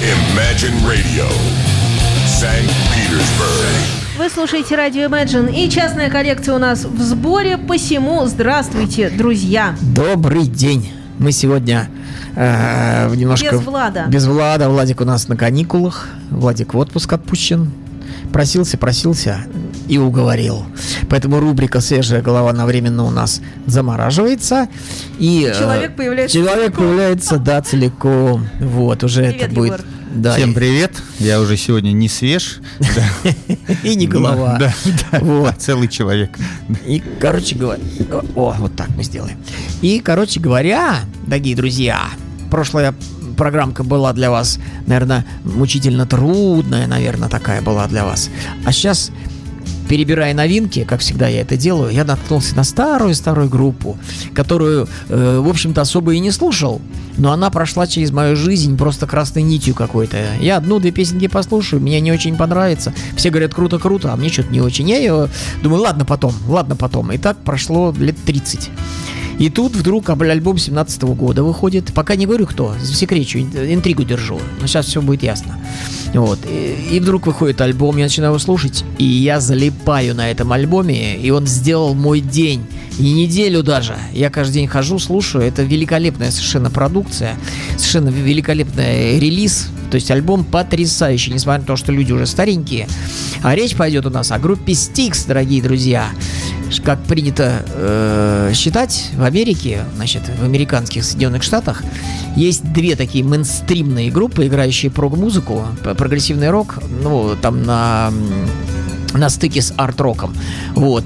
Imagine Radio, Санкт-Петербург. Вы слушаете радио Imagine, и частная коллекция у нас в сборе, посему здравствуйте, друзья. Добрый день. Мы сегодня немножко... Без Влада. Без Влада. Владик у нас на каникулах. Владик в отпуск отпущен. Просился и уговорил. Поэтому рубрика «Свежая голова» одновременно у нас замораживается. И Человек появляется, да, целиком. Вот, уже Привет, это будет... Егор. Да, Всем привет, я уже сегодня не свеж. и не голова. Да, Вот. целый человек. И, короче говоря... вот так мы сделаем. И, короче говоря, дорогие друзья, прошлая программка была для вас, наверное, мучительно трудная, наверное, такая была для вас. А сейчас, перебирая новинки, как всегда я это делаю, я наткнулся на старую группу, которую, в общем-то, особо и не слушал, но она прошла через мою жизнь просто красной нитью какой-то. Я одну-две песенки послушаю, мне не очень понравится. Все говорят, круто, а мне что-то не очень. Я ее думаю, ладно потом. И так прошло лет 30. И тут вдруг альбом 17-го года выходит. Пока не говорю, кто, секречу, интригу держу. Но сейчас все будет ясно. Вот. И вдруг выходит альбом, я начинаю его слушать, и я залипаю на этом альбоме, и он сделал мой день. И неделю даже. Я каждый день хожу, слушаю. Это великолепная совершенно продукция, совершенно великолепный релиз. То есть альбом потрясающий, несмотря на то, что люди уже старенькие. А речь пойдет у нас о группе Styx, дорогие друзья. Как принято считать в Америке, значит, в американских Соединенных Штатах, есть две такие мейнстримные группы, играющие прог-музыку, прогрессивный рок, ну, там на стыке с арт-роком. Вот.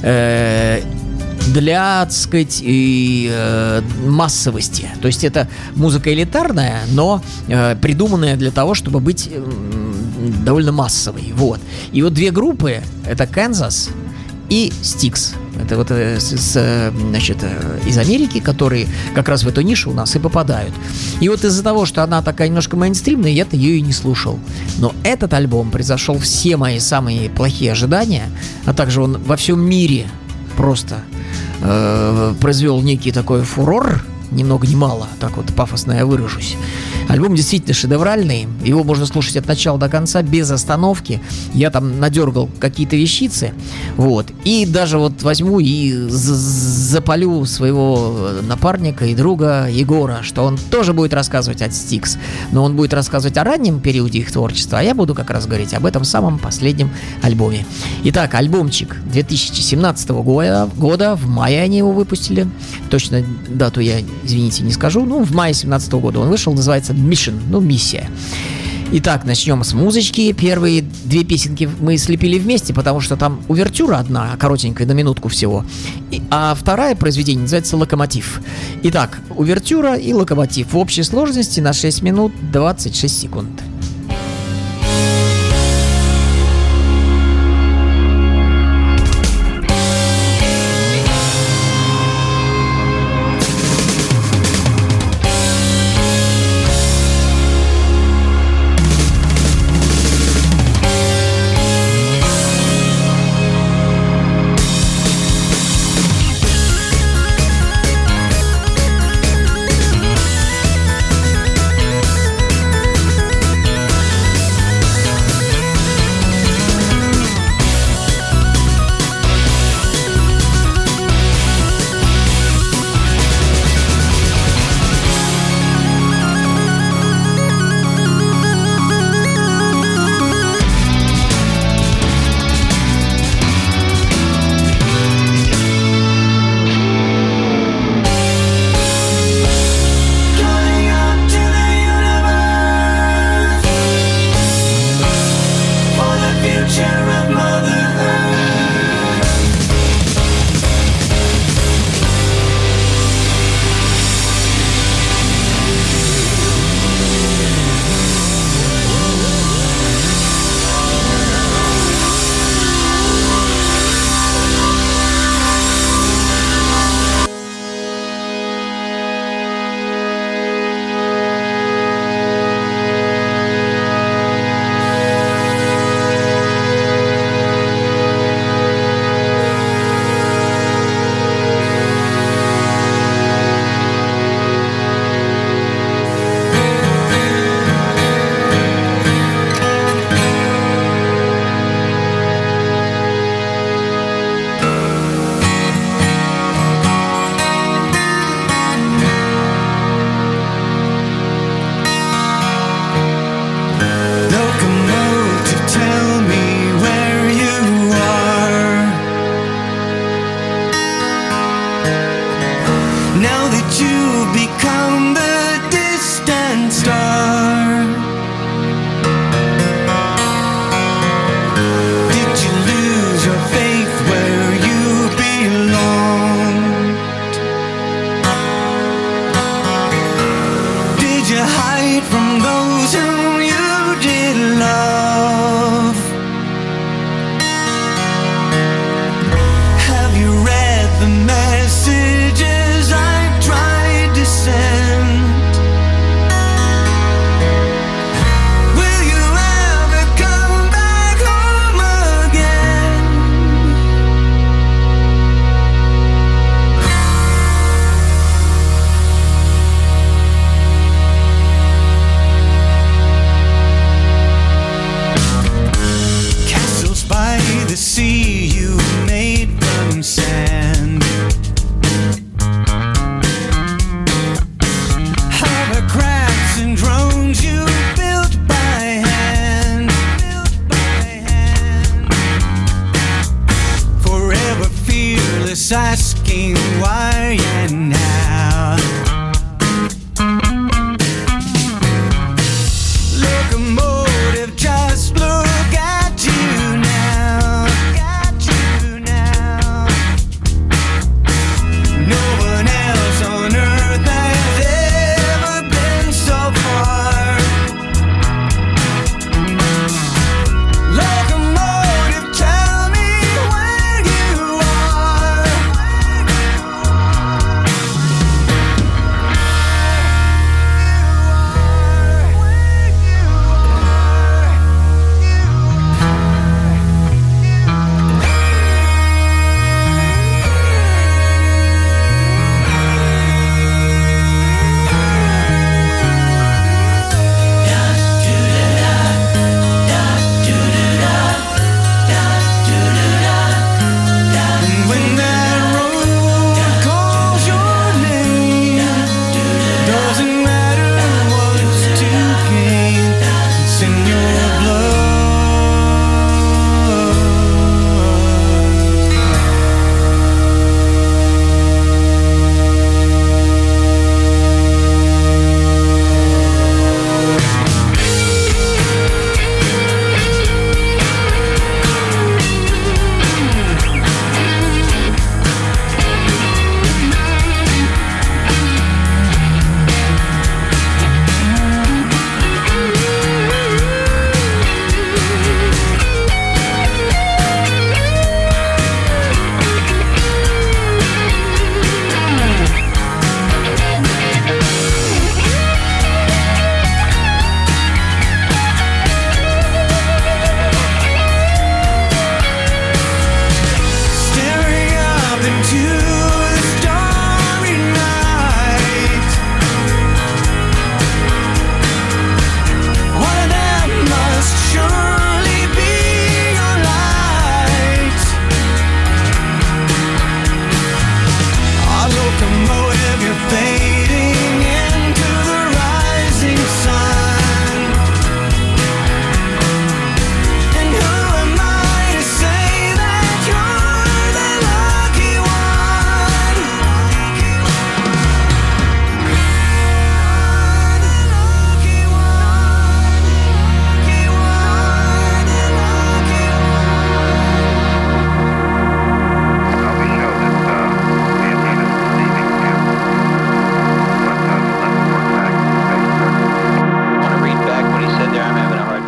Для, так сказать, массовости. То есть это музыка элитарная, но придуманная для того, чтобы быть довольно массовой. Вот. И вот две группы, это Kansas и Styx. Это вот значит, из Америки, которые как раз в эту нишу у нас и попадают. И вот из-за того, что она такая немножко мейнстримная, я-то ее и не слушал. Но этот альбом превзошел все мои самые плохие ожидания, а также он во всем мире просто произвел некий такой фурор, ни много ни мало, так вот пафосно я выражусь. Альбом действительно шедевральный, его можно слушать от начала до конца без остановки. Я там надергал какие-то вещицы, вот, и даже вот возьму и запалю своего напарника и друга Егора, что он тоже будет рассказывать о Styx, но он будет рассказывать о раннем периоде их творчества, а я буду как раз говорить об этом самом последнем альбоме. Итак, альбомчик 2017 года, в мае они его выпустили, точно дату я, извините, не скажу, ну, в мае 2017 года он вышел, называется Mission, ну, миссия. Итак, начнем с музычки. Первые две песенки мы слепили вместе, потому что там увертюра одна, коротенькая, на минутку всего, а второе произведение называется «Локомотив». Итак, увертюра и локомотив в общей сложности на 6 минут 26 секунд.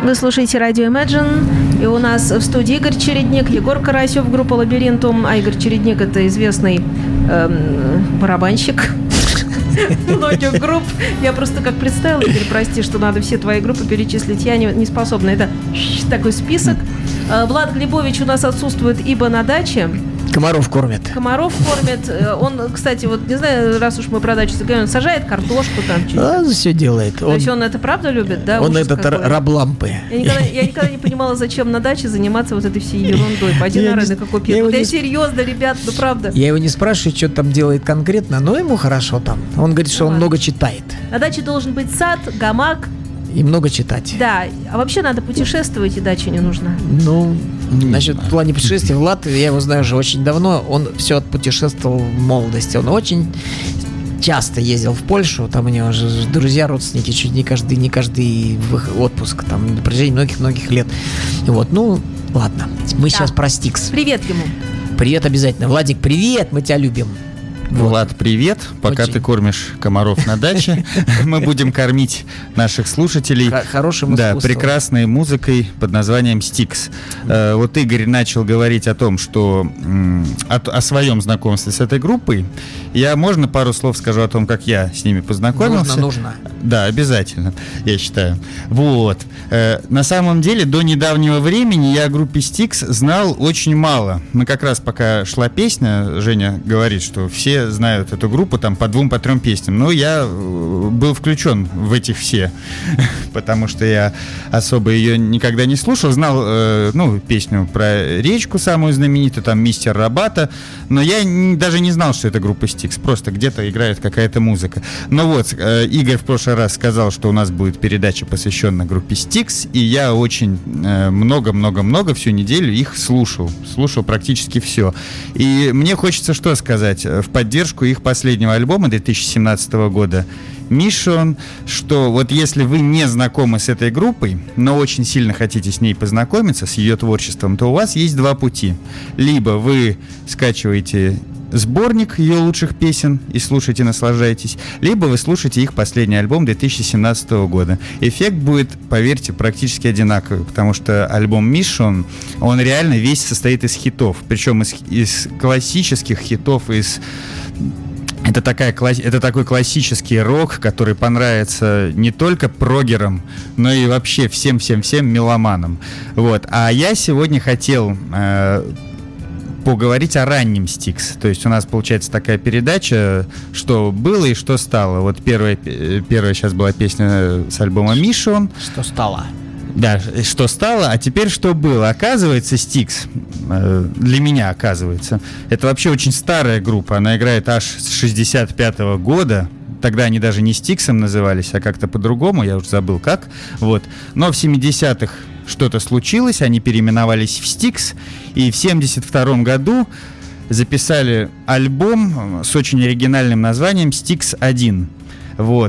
Вы слушаете радио Imagine, и у нас в студии Игорь Чередник, Егор Карасев, группа «Лабиринтум». А Игорь Чередник — это известный барабанщик многих групп. Я просто как представила, Игорь, прости, что надо все твои группы перечислить. Я не способна. Это такой список. Влад Глебович у нас отсутствует, ибо на даче. Комаров кормит. Комаров кормит. Он, кстати, вот не знаю, раз уж мы про дачу заговорим, он сажает картошку там чуть-чуть. Все делает. То есть он это правда любит, да? Он Ужас этот какой. раб лампы. Я никогда не понимала, зачем на даче заниматься вот этой всей ерундой. Пойди на рынок и купи. Я серьезно, ребят, ну правда. Я его не спрашиваю, что там делает конкретно, но ему хорошо там. Он говорит, что он много читает. На даче должен быть сад, гамак. И много читать. Да, а вообще надо путешествовать, и дача не нужна. Ну, значит, в плане путешествий Влад, я его знаю уже очень давно, он все отпутешествовал в молодости. Он очень часто ездил в Польшу, там у него же друзья, родственники, чуть не каждый отпуск, там, на протяжении многих-многих лет. Вот, ну, ладно, мы сейчас про Стикс. Привет ему. Привет обязательно. Владик, привет, мы тебя любим. Влад, привет. Пока Очень. ты кормишь комаров на даче, мы будем кормить наших слушателей хорошим искусством. прекрасной музыкой под названием Стикс. Вот Игорь начал говорить о том, что о своем знакомстве с этой группой. Можно пару слов скажу о том, как я с ними познакомился? Нужно. Да, обязательно, я считаю. Вот. На самом деле, до недавнего времени я о группе Стикс знал очень мало. Мы как раз, пока шла песня, Женя говорит, что все знают эту группу там по 2, по 3 песням. Но я был включен в этих все, потому что я особо ее никогда не слушал. Знал, песню про речку самую знаменитую, там «Мистер Рабата», но я даже не знал, что это группа Стикс. Просто где-то играет какая-то музыка. Но вот, Игорь в прошлый раз сказал, что у нас будет передача, посвященная группе Стикс, и я очень много-много-много всю неделю их слушал практически все. И мне хочется что сказать в поддержку их последнего альбома 2017 года «Mission», что вот если вы не знакомы с этой группой, но очень сильно хотите с ней познакомиться, с ее творчеством, то у вас есть 2 пути. Либо вы скачиваете сборник ее лучших песен и слушайте, наслаждайтесь, либо вы слушаете их последний альбом 2017 года. Эффект будет, поверьте, практически одинаковый, потому что альбом «Mission», он реально весь состоит из хитов, причем из классических хитов, Это такой классический рок, который понравится не только прогерам, но и вообще всем меломанам. Вот. А я сегодня хотел поговорить о раннем Стикс. То есть у нас получается такая передача, что было и что стало. Вот первая сейчас была песня с альбома «Mission». Что стало? Да, что стало, а теперь что было. Оказывается, Стикс, для меня оказывается, это вообще очень старая группа. Она играет аж с 65-го года. Тогда они даже не Стиксом назывались, а как-то по-другому, я уже забыл как. Вот. Но в 70-х что-то случилось, они переименовались в Стикс, и в 72-м году записали альбом с очень оригинальным названием «Стикс-1». Вот.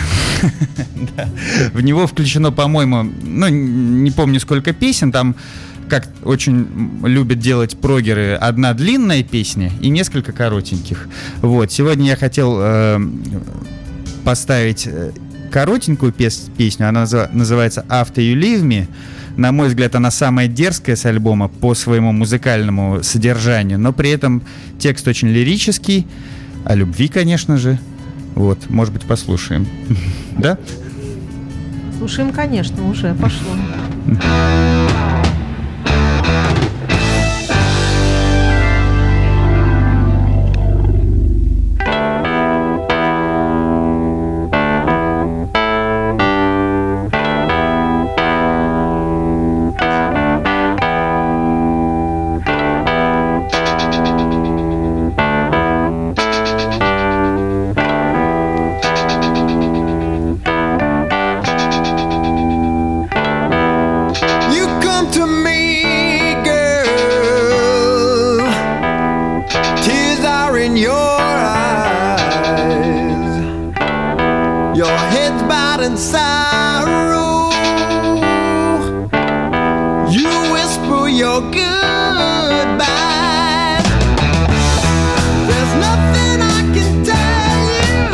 В него включено, по-моему, не помню сколько песен, там, как очень любят делать прогеры, 1 длинная песня и несколько коротеньких. Вот. Сегодня я хотел поставить коротенькую песню, она называется «After You Leave Me». На мой взгляд, она самая дерзкая с альбома по своему музыкальному содержанию, но при этом текст очень лирический, о любви, конечно же. Вот, может быть, послушаем. Да? Слушаем, конечно, уже пошло.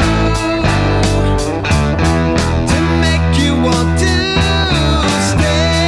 Stay.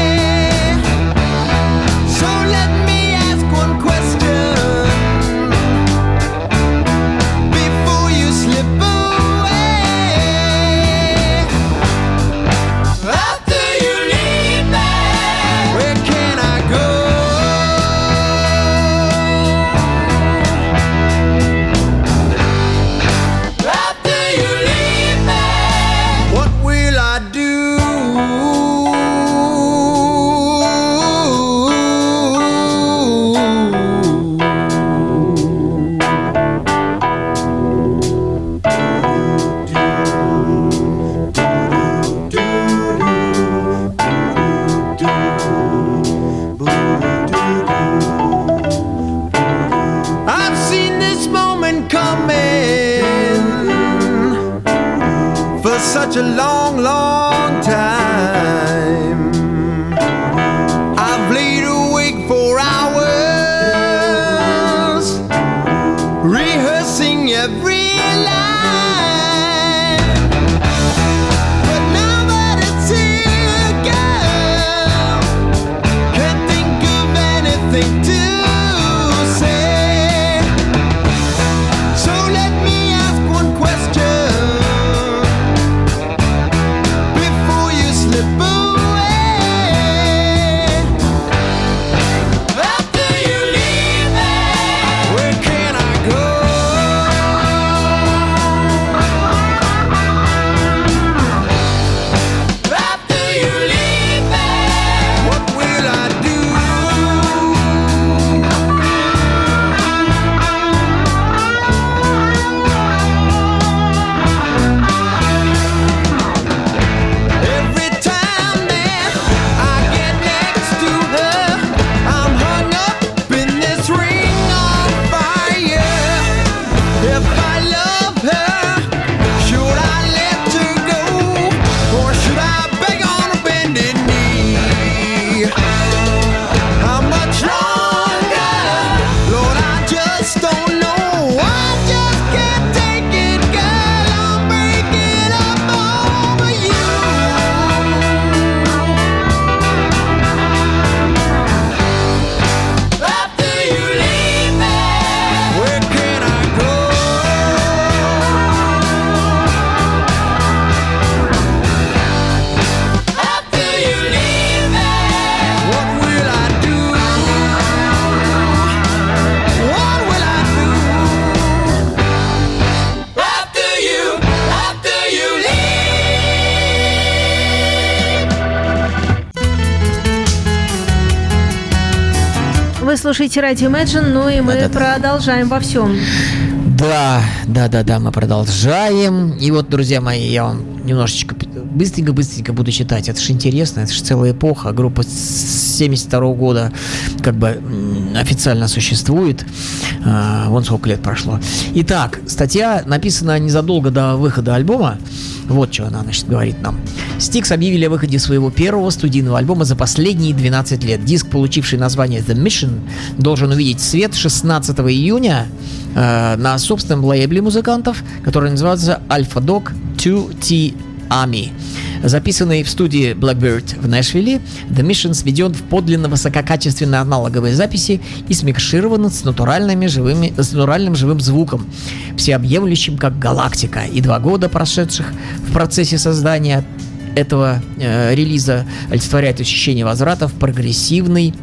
Вы слушаете радио Imagine, ну и мы продолжаем во всем. Да, мы продолжаем. И вот, друзья мои, я вам немножечко быстренько буду читать. Это же интересно, это же целая эпоха. Группа с 72 года как бы официально существует. Вон сколько лет прошло. Итак, статья написана незадолго до выхода альбома. Вот что она, значит, говорит нам. Styx объявили о выходе своего первого студийного альбома за последние 12 лет. Диск, получивший название The Mission, должен увидеть свет 16 июня на собственном лейбле музыкантов, который называется Alpha Dog 2T Army. Записанный в студии Blackbird в Нэшвилле, The Mission сведен в подлинно высококачественной аналоговой записи и смикширован с натуральным живым звуком, всеобъемлющим как галактика. И 2 года, прошедших в процессе создания этого релиза, олицетворяет ощущение возврата в прогрессивный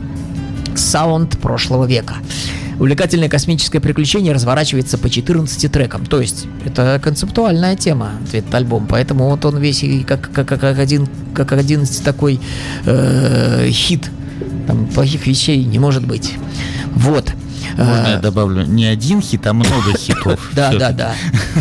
саунд прошлого века. Увлекательное космическое приключение разворачивается по 14 трекам. То есть, это концептуальная тема, этот альбом. Поэтому вот он весь как один такой хит. Там плохих вещей не может быть. Вот. Можно я добавлю? Не один хит, а много хитов. Да.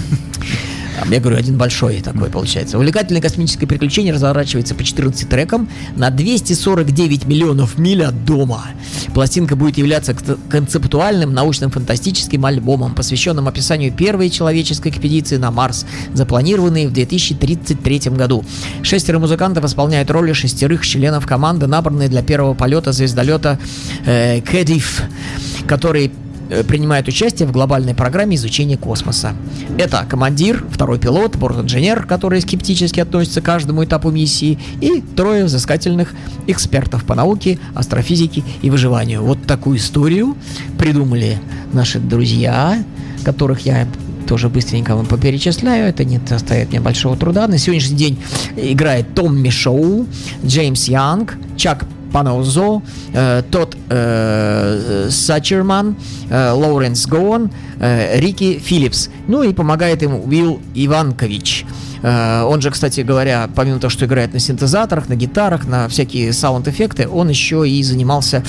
Я говорю, один большой такой получается. Увлекательное космическое приключение разворачивается по 14 трекам на 249 миллионов миль от дома. Пластинка будет являться концептуальным научно-фантастическим альбомом, посвященным описанию первой человеческой экспедиции на Марс, запланированной в 2033 году. 6 музыкантов исполняют роли 6 членов команды, набранной для первого полета звездолета Кэдиф, который принимает участие в глобальной программе изучения космоса. Это командир, 2-й пилот, борт-инженер, который скептически относится к каждому этапу миссии, и 3 взыскательных экспертов по науке, астрофизике и выживанию. Вот такую историю придумали наши друзья, которых я тоже быстренько вам поперечисляю. Это не составит мне большого труда. На сегодняшний день играет Томми Шоу, Джеймс Янг, Чак Панозо, Тодд Сачерман, Лоуренс Гоуэн, Рики Филлипс. Ну и помогает им Уилл Иванкович. Он же, кстати говоря, помимо того, что играет на синтезаторах, на гитарах, на всякие саунд-эффекты, он еще и занимался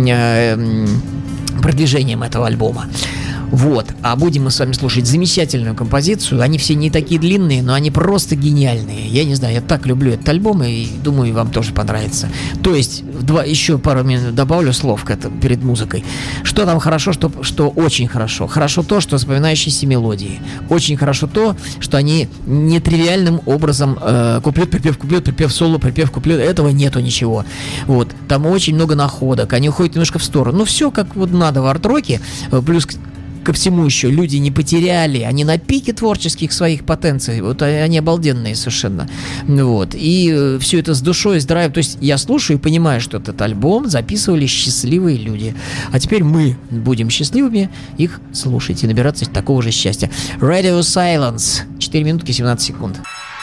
продвижением этого альбома. Вот, а будем мы с вами слушать замечательную композицию. Они все не такие длинные, но они просто гениальные. Я не знаю, я так люблю этот альбом, и думаю, вам тоже понравится. То есть, еще пару минут добавлю слов к этому перед музыкой. Что там хорошо, что очень хорошо. Хорошо то, что вспоминающиеся мелодии. Очень хорошо то, что они нетривиальным образом куплет, припев, соло, припев, куплет. Этого нету ничего. Вот, там очень много находок, они уходят немножко в сторону. Ну, все как вот надо в арт-роке, плюс ко всему еще люди не потеряли, они на пике творческих своих потенций, вот они обалденные совершенно, вот, и все это с душой, с драйвом, то есть я слушаю и понимаю, что этот альбом записывали счастливые люди, а теперь мы будем счастливыми их слушать и набираться такого же счастья. Radio Silence, 4 минутки 17 секунд.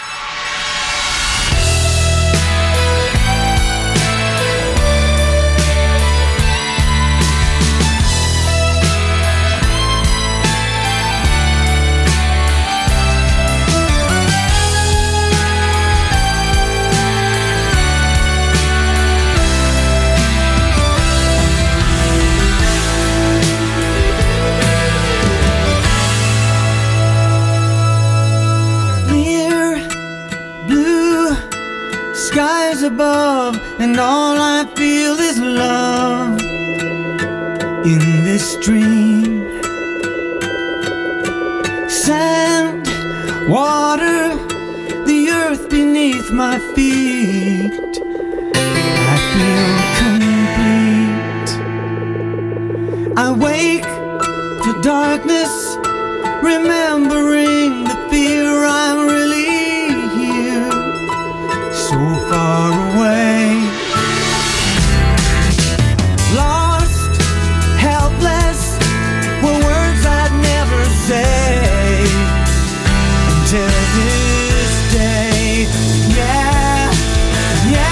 Above, and all I feel is love in this dream. Sand, water, the earth beneath my feet. I feel complete. I wake to darkness, remembering the fear I'm really so far away. Lost, helpless, were words I'd never say until this day. Yeah, yeah.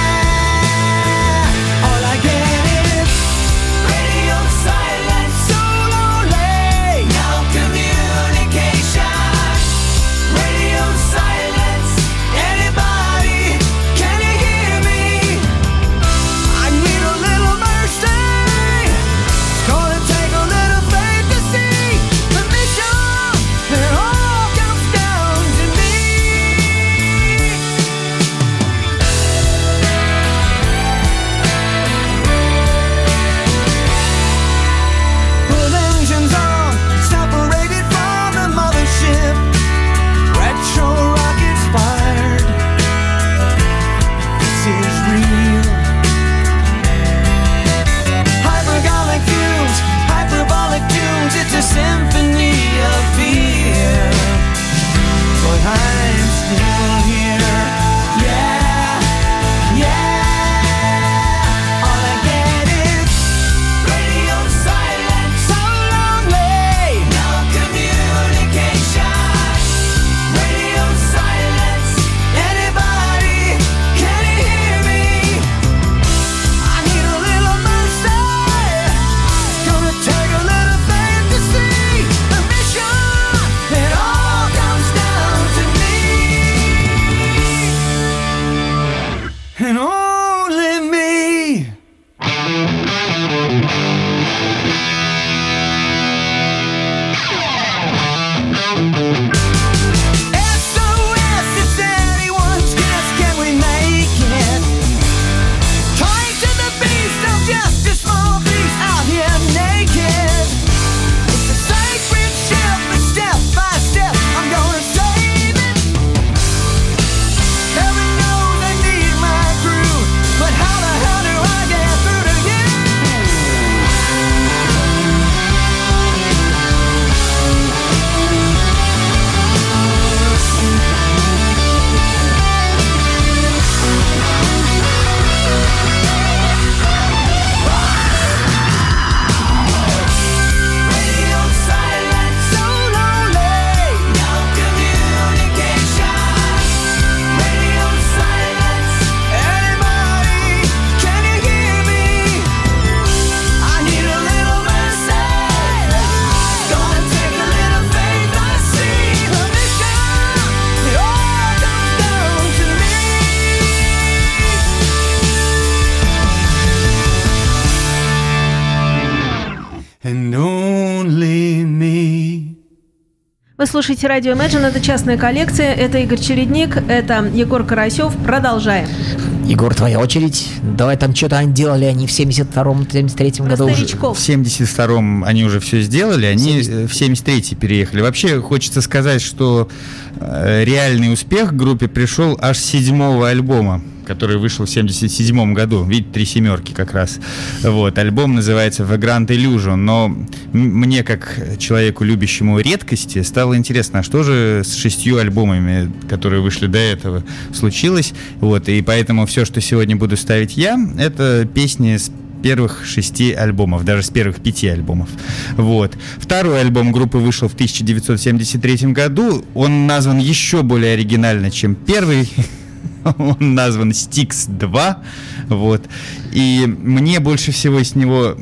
слушаете радио Imagine, это частная коллекция, это Игорь Чередник, это Егор Карасев. Продолжаем. Егор, твоя очередь. Давай, там что-то делали они в 72-м, 73-м году. В 72-м они уже все сделали, они в 73-й переехали. Вообще, хочется сказать, что реальный успех группе пришел аж с 7-го альбома, который вышел в 77 году. Видите, 3 семерки как раз. Вот. Альбом называется The Grand Illusion. Но мне, как человеку, любящему редкости, стало интересно, а что же с 6 альбомами, которые вышли до этого, случилось. Вот. И поэтому все, что сегодня буду ставить я, это песни с первых 6 альбомов, даже с первых 5 альбомов. Вот. Второй альбом группы вышел в 1973 году. Он назван еще более оригинально, чем первый. Он назван Styx 2. Вот. И мне больше всего с него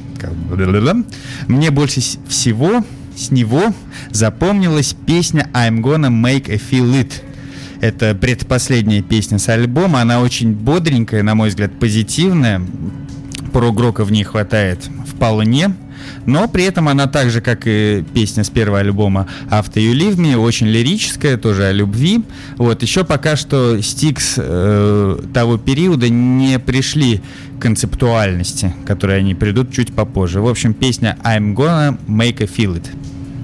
с него запомнилась песня I'm Gonna Make a Feel It. Это предпоследняя песня с альбома. Она очень бодренькая, на мой взгляд, позитивная. Прог-рока в ней хватает вполне. Но при этом она так же, как и песня с первого альбома After You Leave Me, очень лирическая, тоже о любви. Вот. Еще пока что Styx того периода не пришли к концептуальности, к которой они придут чуть попозже. В общем, песня I'm Gonna Make a Feel It.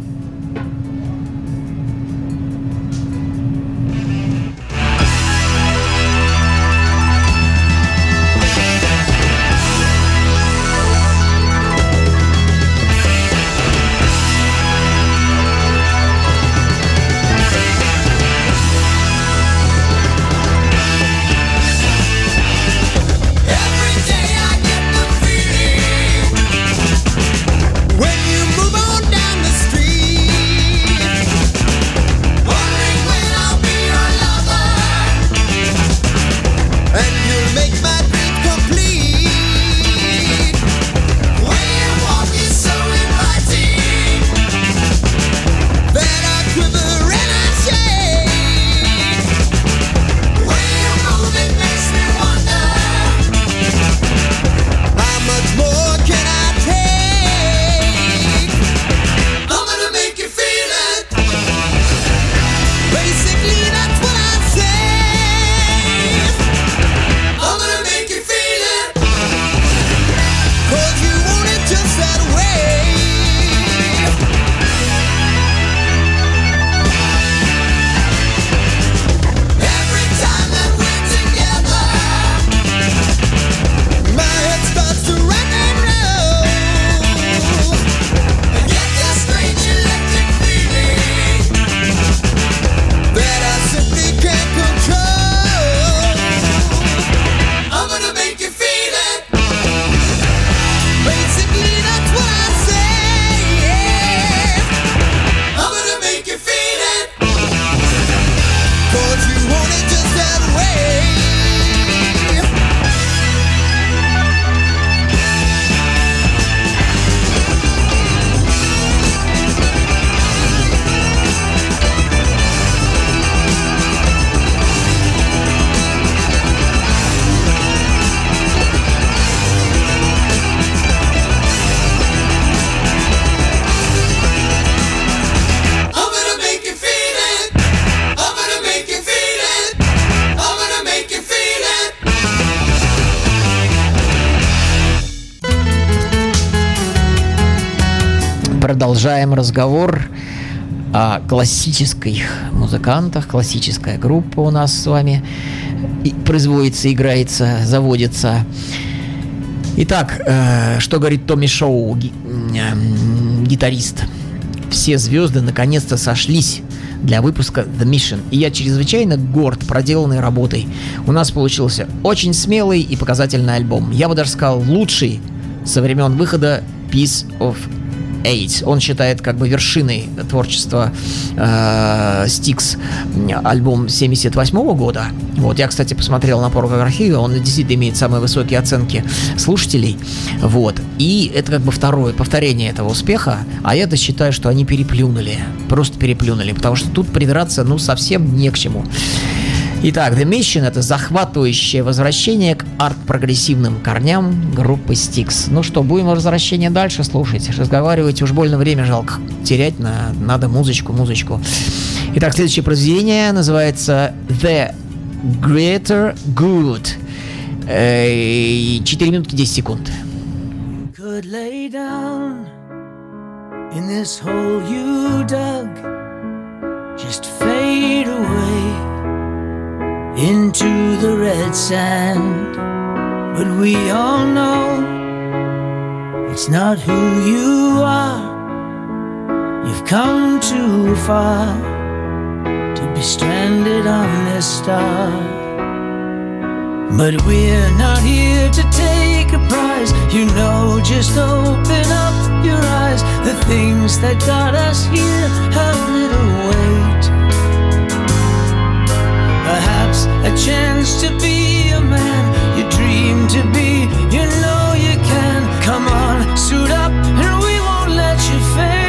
Продолжаем разговор о классических музыкантах. Классическая группа у нас с вами производится, играется, заводится. Итак, что говорит Томми Шоу, гитарист? Все звезды наконец-то сошлись для выпуска The Mission. И я чрезвычайно горд проделанной работой. У нас получился очень смелый и показательный альбом. Я бы даже сказал, лучший со времен выхода Piece of Eight. Он считает как бы вершиной творчества Styx альбом 78 года. Вот, я, кстати, посмотрел на программу, он действительно имеет самые высокие оценки слушателей. Вот. И это как бы второе повторение этого успеха. А я-то считаю, что они переплюнули. Просто переплюнули. Потому что тут придраться, совсем не к чему. Итак, The Mission — это захватывающее возвращение к арт-прогрессивным корням группы Styx. Ну что, будем возвращение дальше слушать. Разговаривать уж больно время жалко терять, надо музычку. Итак, следующее произведение называется The Greater Good. 4 минутки 10 секунд. Could lay down in this hole you dug, just fade away into the red sand. But we all know it's not who you are. You've come too far to be stranded on this star. But we're not here to take a prize. You know, just open up your eyes. The things that got us here have little weight. Perhaps a chance to be a man you dream to be. You know you can. Come on, suit up and we won't let you fail.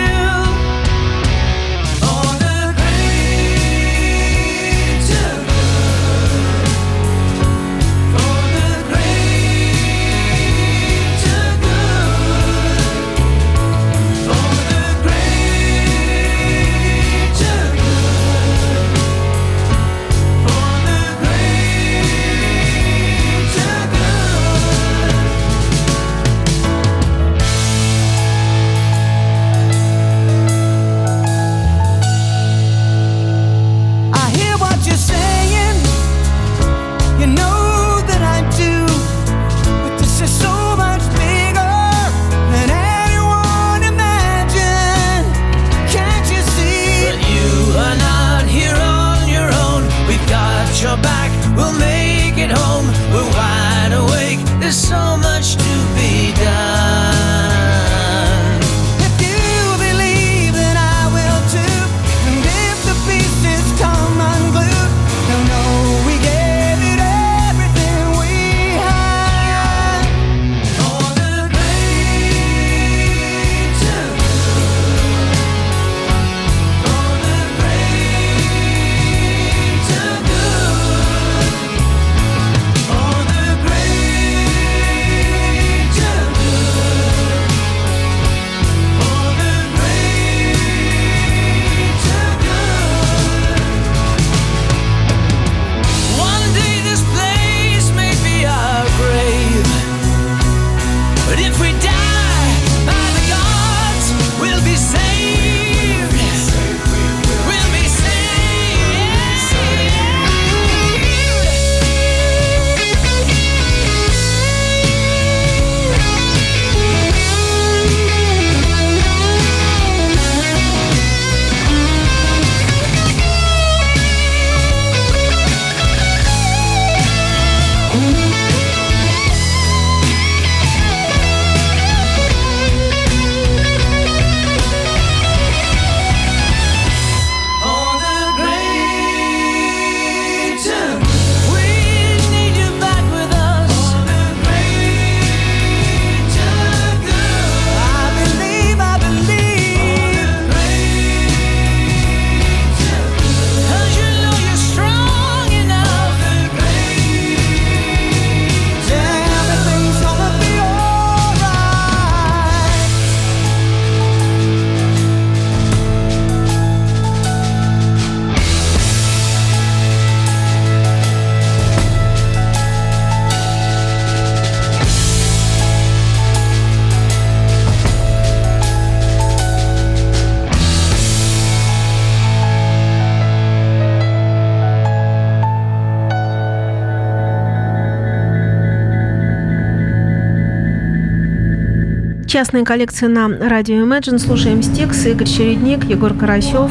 Частная коллекция на радио Imagine. Слушаем Styx, Игорь Чередник, Егор Карасев.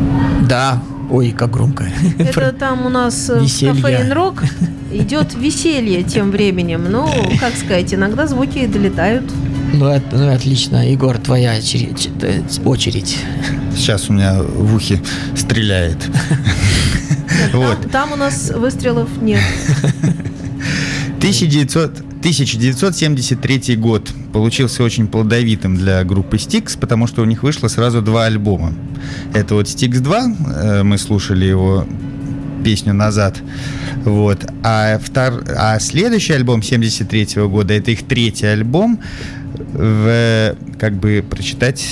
Да, ой, как громко. Это там у нас в кафе «Инрок» идет веселье тем временем. Ну, как сказать, иногда звуки долетают. Ну, отлично. Егор, твоя очередь. Сейчас у меня в ухе стреляет. Там у нас выстрелов нет. 1973 год получился очень плодовитым для группы Styx, потому что у них вышло сразу 2 альбома. Это вот Styx 2, мы слушали его песню «Назад». Вот. А следующий альбом 73-го года, это их третий альбом, как бы прочитать...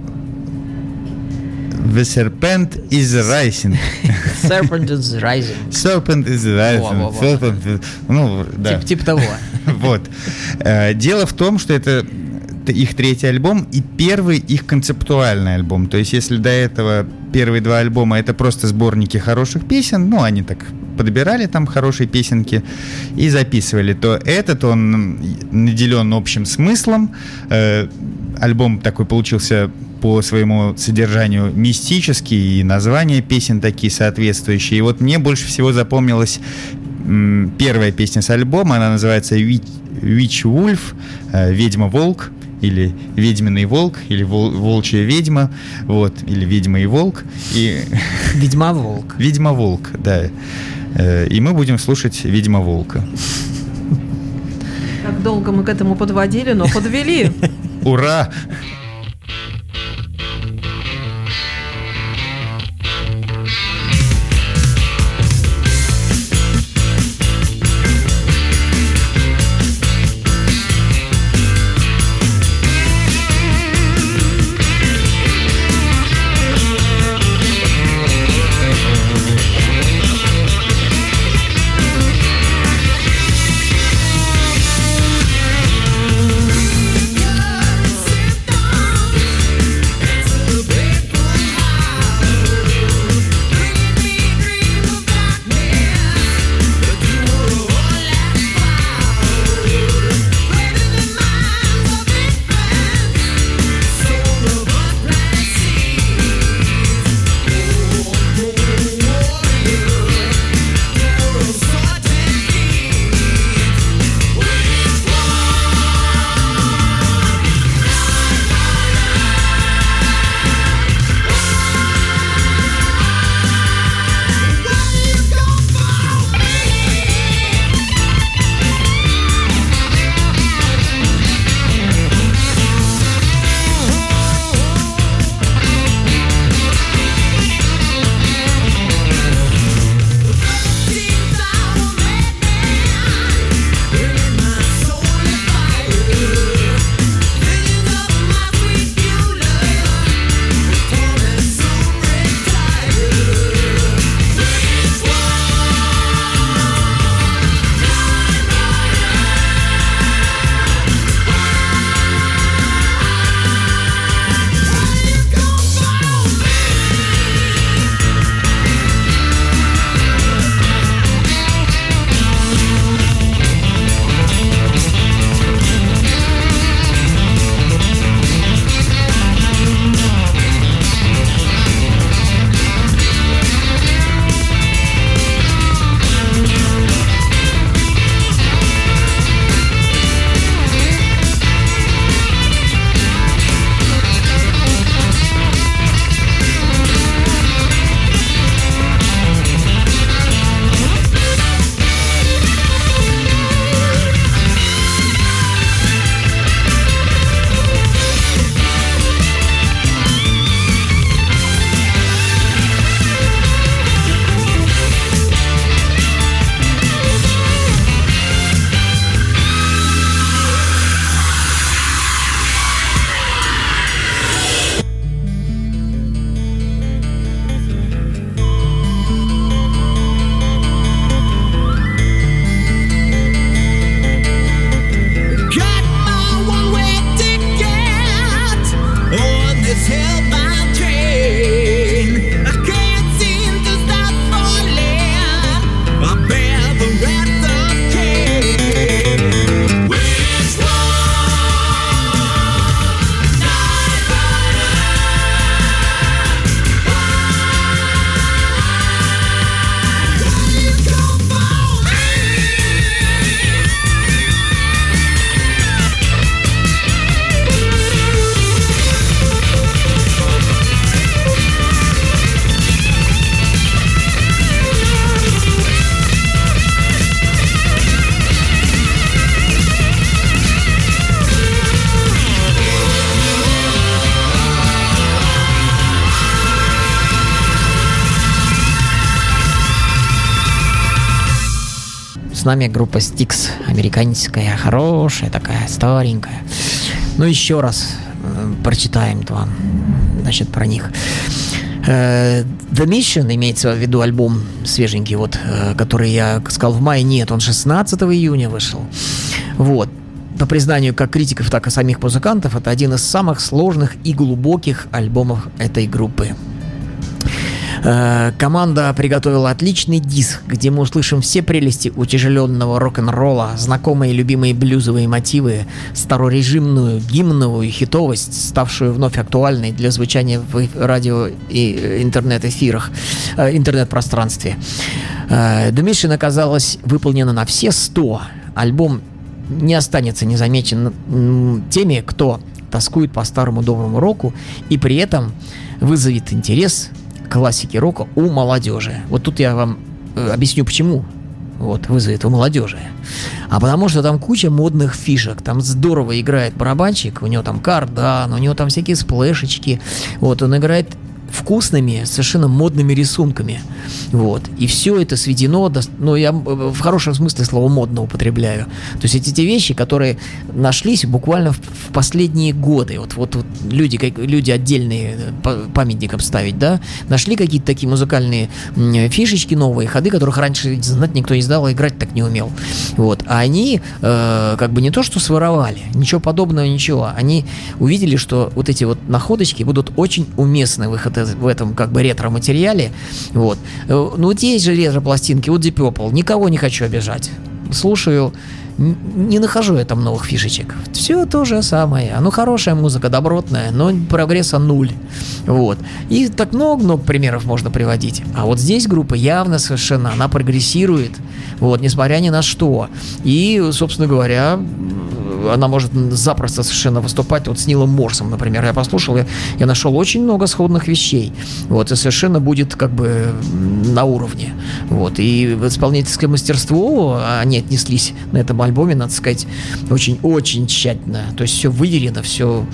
The Serpent is Rising. Serpent is Rising. Serpent is Rising. Во-во-во. Serpent, ну, да. Типа того. Вот. Дело в том, что это их третий альбом и первый их концептуальный альбом. То есть, если до этого первые два альбома это просто сборники хороших песен, ну, они так подбирали там хорошие песенки и записывали, то этот, он наделен общим смыслом. Альбом такой получился по своему содержанию мистический, и названия песен такие соответствующие. И вот мне больше всего запомнилась первая песня с альбома, она называется «Witch Wolf», «Ведьма-волк», или «Ведьминый волк», или «Волчья ведьма», вот, или «Ведьма и волк». И... «Ведьма-волк». «Ведьма-волк», да. И мы будем слушать «Ведьма-волка». Как долго мы к этому подводили, но подвели. Ура! Sit down. С нами группа Styx, американская, хорошая такая, старенькая. Ну, еще раз прочитаем вам, значит, про них. The Mission, имеется в виду альбом свеженький, вот, который я сказал в мае, нет, он 16 июня вышел. Вот. По признанию как критиков, так и самих музыкантов, это один из самых сложных и глубоких альбомов этой группы. Команда приготовила отличный диск, где мы услышим все прелести утяжеленного рок-н-ролла, знакомые любимые блюзовые мотивы, старорежимную гимновую хитовость, ставшую вновь актуальной для звучания в радио и интернет-эфирах, интернет-пространстве. The Mission оказалась выполнена на все 100. Альбом не останется незамечен теми, кто тоскует по старому доброму року, и при этом вызовет интерес классики рока у молодежи. Вот тут я вам объясню, почему вот вызовет у молодежи. А потому что там куча модных фишек. Там здорово играет барабанщик, у него там кардан, у него там всякие сплэшечки. Вот, он играет вкусными, совершенно модными рисунками. Вот. И все это сведено, ну, я в хорошем смысле слова модно употребляю. То есть эти те вещи, которые нашлись буквально в последние годы. Вот люди отдельные памятником ставить, да, нашли какие-то такие музыкальные фишечки новые, ходы, которых раньше знать никто не знал, а играть так не умел. Вот. А они как бы не то что своровали, ничего подобного, ничего. Они увидели, что вот эти вот находочки будут очень уместны в этом как бы ретро-материале. Вот. Ну вот есть же ретро-пластинки, вот Deep Purple, никого не хочу обижать. Слушаю, не нахожу я там новых фишечек. Все то же самое. Ну, хорошая музыка, добротная, но прогресса нуль. Вот. И так много примеров можно приводить. А вот здесь группа явно совершенно, она прогрессирует, вот, несмотря ни на что. И, собственно говоря, она может запросто совершенно выступать вот с Нилом Морсом, например. Я послушал, я нашел очень много сходных вещей. Вот, и совершенно будет как бы на уровне. Вот. И исполнительское мастерство они отнеслись на этом альбоме, надо сказать, очень-очень тщательно. То есть все выверено, все,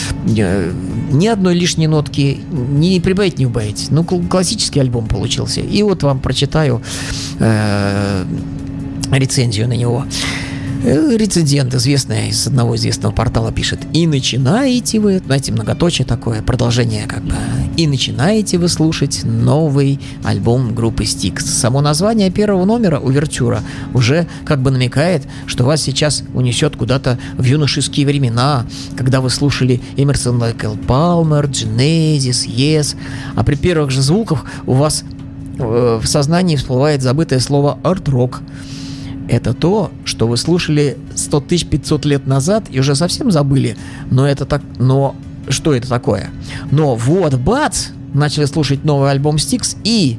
ни одной лишней нотки не прибавить, не убавить. Ну, классический альбом получился. И вот вам прочитаю рецензию на него. Рецензент, известный из одного известного портала, пишет: и начинаете вы, знаете, многоточие такое, продолжение как бы, и начинаете вы слушать новый альбом группы Styx. Само название первого номера, увертюра, уже как бы намекает, что вас сейчас унесет куда-то в юношеские времена, когда вы слушали Эмерсон, Лейк и Палмер, Genesis, Yes, а при первых же звуках у вас в сознании всплывает забытое слово арт-рок. Это то, что вы слушали 100 500 лет назад и уже совсем забыли. Но что это такое? Но вот, бац, начали слушать новый альбом Styx, и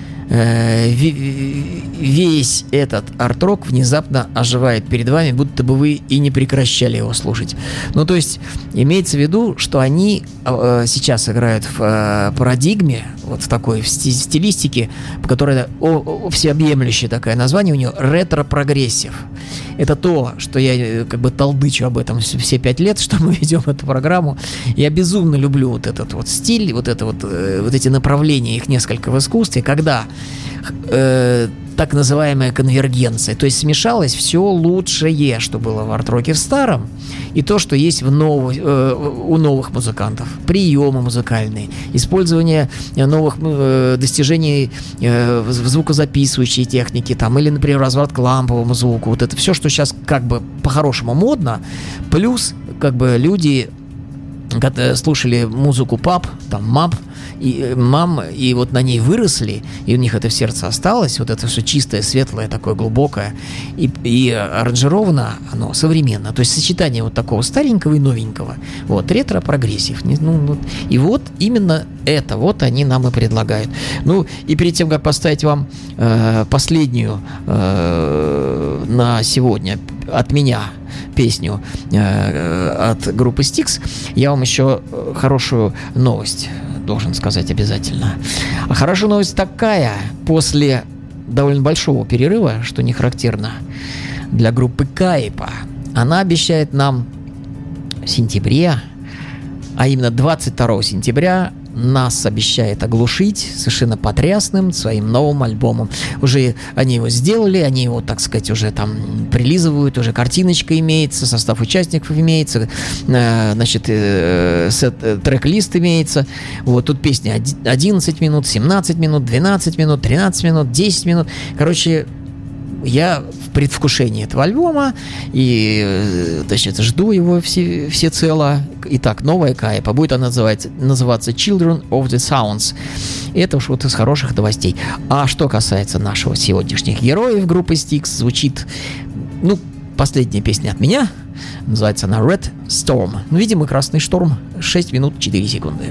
весь этот арт-рок внезапно оживает перед вами, будто бы вы и не прекращали его слушать. Ну, то есть, имеется в виду, что они сейчас играют в парадигме, вот в такой в стилистике, которая всеобъемлющая такая, название у нее ретро-прогрессив. Это то, что я как бы толдычу об этом все 5 лет, что мы ведем эту программу. Я безумно люблю вот этот вот стиль, вот эти направления, их несколько в искусстве, когда так называемая конвергенция, то есть смешалось все лучшее, что было в арт-роке в старом, и то, что есть у новых музыкантов. Приемы музыкальные, использование новых достижений в звукозаписывающей технике, там, или, например, возврат к ламповому звуку. Вот это все, что сейчас как бы по-хорошему модно, плюс как бы люди слушали музыку пап, там мап, и мам, и вот на ней выросли, и у них это в сердце осталось, вот это все чистое, светлое, такое глубокое, и аранжировано оно современно, то есть сочетание вот такого старенького и новенького, вот, ретро-прогрессив, и вот именно это вот они нам и предлагают. Ну, и перед тем, как поставить вам последнюю на сегодня от меня песню от группы Styx, я вам еще хорошую новость должен сказать обязательно. А хорошая новость такая: после довольно большого перерыва, что не характерно для группы Кайпа, она обещает нам в сентябре, а именно 22 сентября, нас обещает оглушить совершенно потрясным своим новым альбомом. Уже они его сделали, они его, так сказать, уже там прилизывают, уже картиночка имеется, состав участников имеется, значит, трек-лист имеется. Вот тут песни 11 минут, 17 минут, 12 минут, 13 минут, 10 минут. Короче, я в предвкушении этого альбома и, значит, жду его всецело. Итак, новая Каипа. Будет она называться Children of the Sounds. Это уж вот из хороших новостей. А что касается нашего сегодняшних героев группы Styx, звучит, ну, последняя песня от меня. Называется она Red Storm. Ну, видимо, Красный шторм. 6 минут 4 секунды.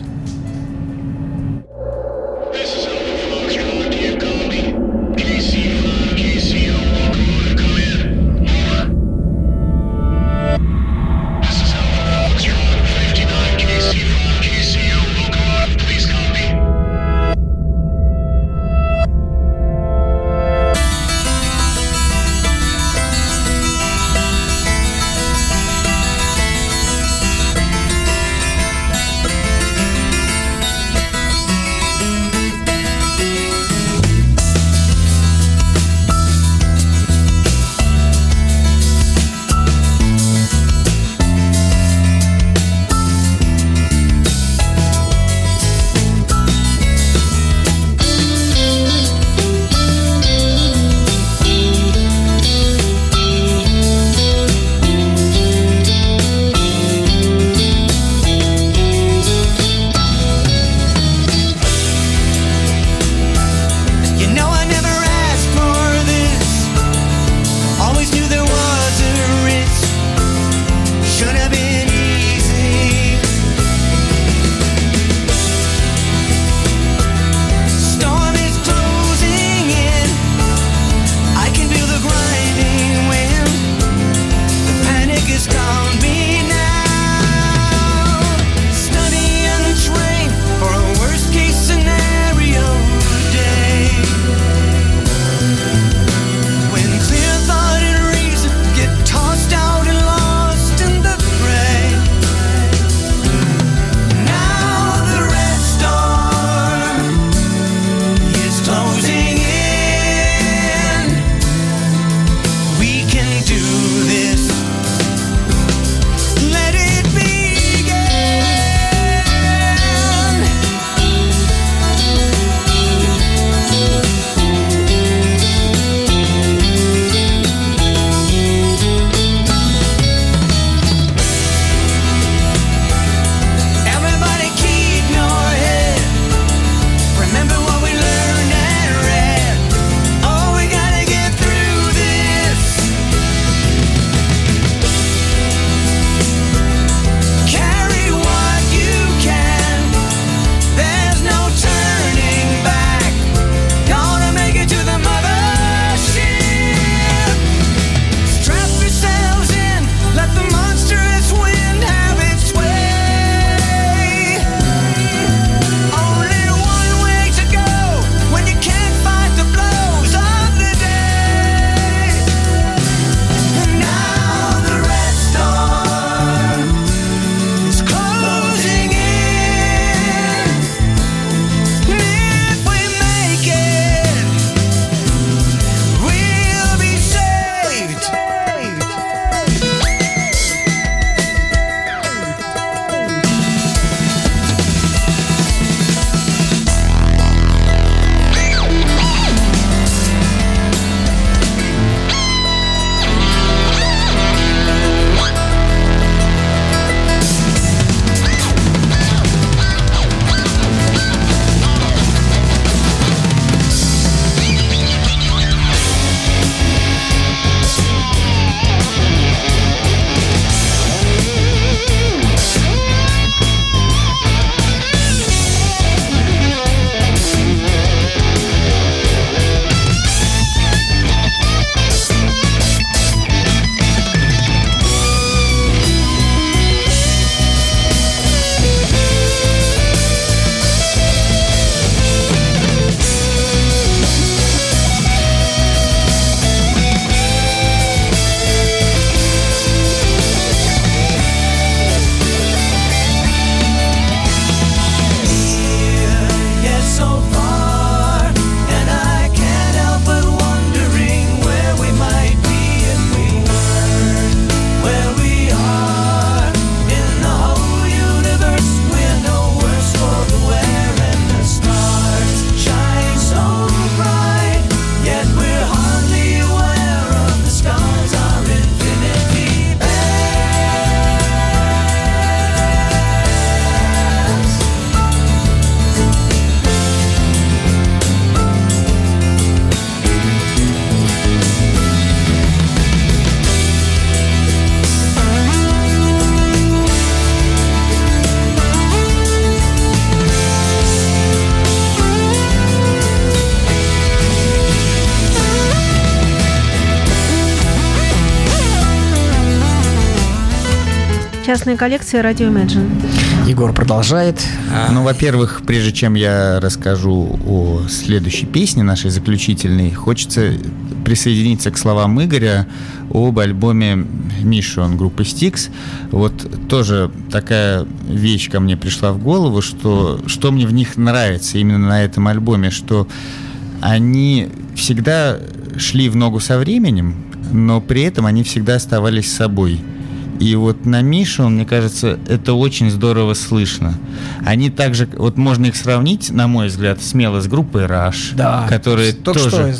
Частная коллекция Radio Imagine. Егор продолжает. Ну, во-первых, прежде чем я расскажу о следующей песне, нашей заключительной, хочется присоединиться к словам Игоря об альбоме Mission группы Styx. Вот тоже такая вещь ко мне пришла в голову, что мне в них нравится именно на этом альбоме, что они всегда шли в ногу со временем, но при этом они всегда оставались собой. И вот на Mission, мне кажется, это очень здорово слышно. Они также, вот можно их сравнить, на мой взгляд, смело с группой Rush, Да, которые тоже,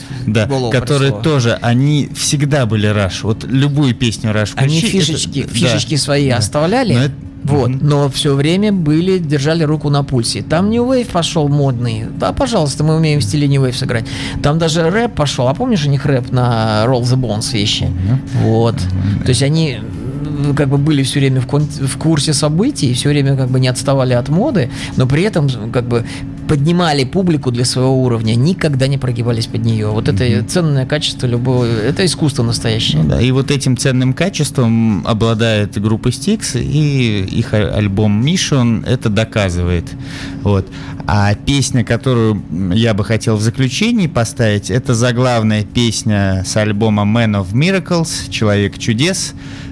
они всегда были Rush. Вот любую песню Rush включи. Они фишечки свои оставляли. Но все время держали руку на пульсе. Там New Wave пошел модный. Да, пожалуйста, мы умеем в стиле New Wave сыграть. Там даже рэп пошел. А помнишь у них рэп на Roll the Bones вещи? Вот. То есть они как бы были все время в курсе событий, все время как бы не отставали от моды, но при этом как бы поднимали публику для своего уровня, никогда не прогибались под нее. Вот это ценное качество любого, это искусство настоящее. Да, и вот этим ценным качеством обладает группа Styx, и их альбом Mission это доказывает. Вот. А песня, которую я бы хотел в заключении поставить, это заглавная песня с альбома Man of Miracles, Человек чудес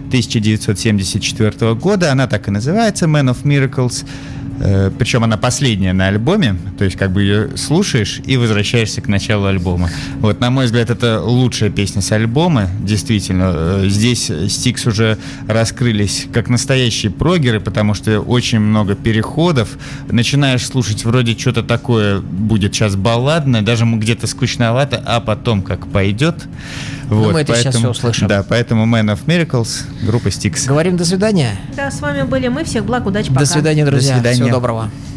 1974 года. Она так и называется, Man of Miracles. Причем она последняя на альбоме, то есть как бы ее слушаешь и возвращаешься к началу альбома. Вот, на мой взгляд, это лучшая песня с альбома, действительно. Здесь Styx уже раскрылись как настоящие прогеры, потому что очень много переходов. Начинаешь слушать, вроде что-то такое будет сейчас балладное, даже где-то скучновато, а потом как пойдет. Вот, мы это сейчас все услышим. Да, поэтому Man of Miracles, группа Styx. Говорим до свидания. Да, с вами были мы. Всех благ, удачи, пока. До свидания, друзья. До свидания. Всего доброго.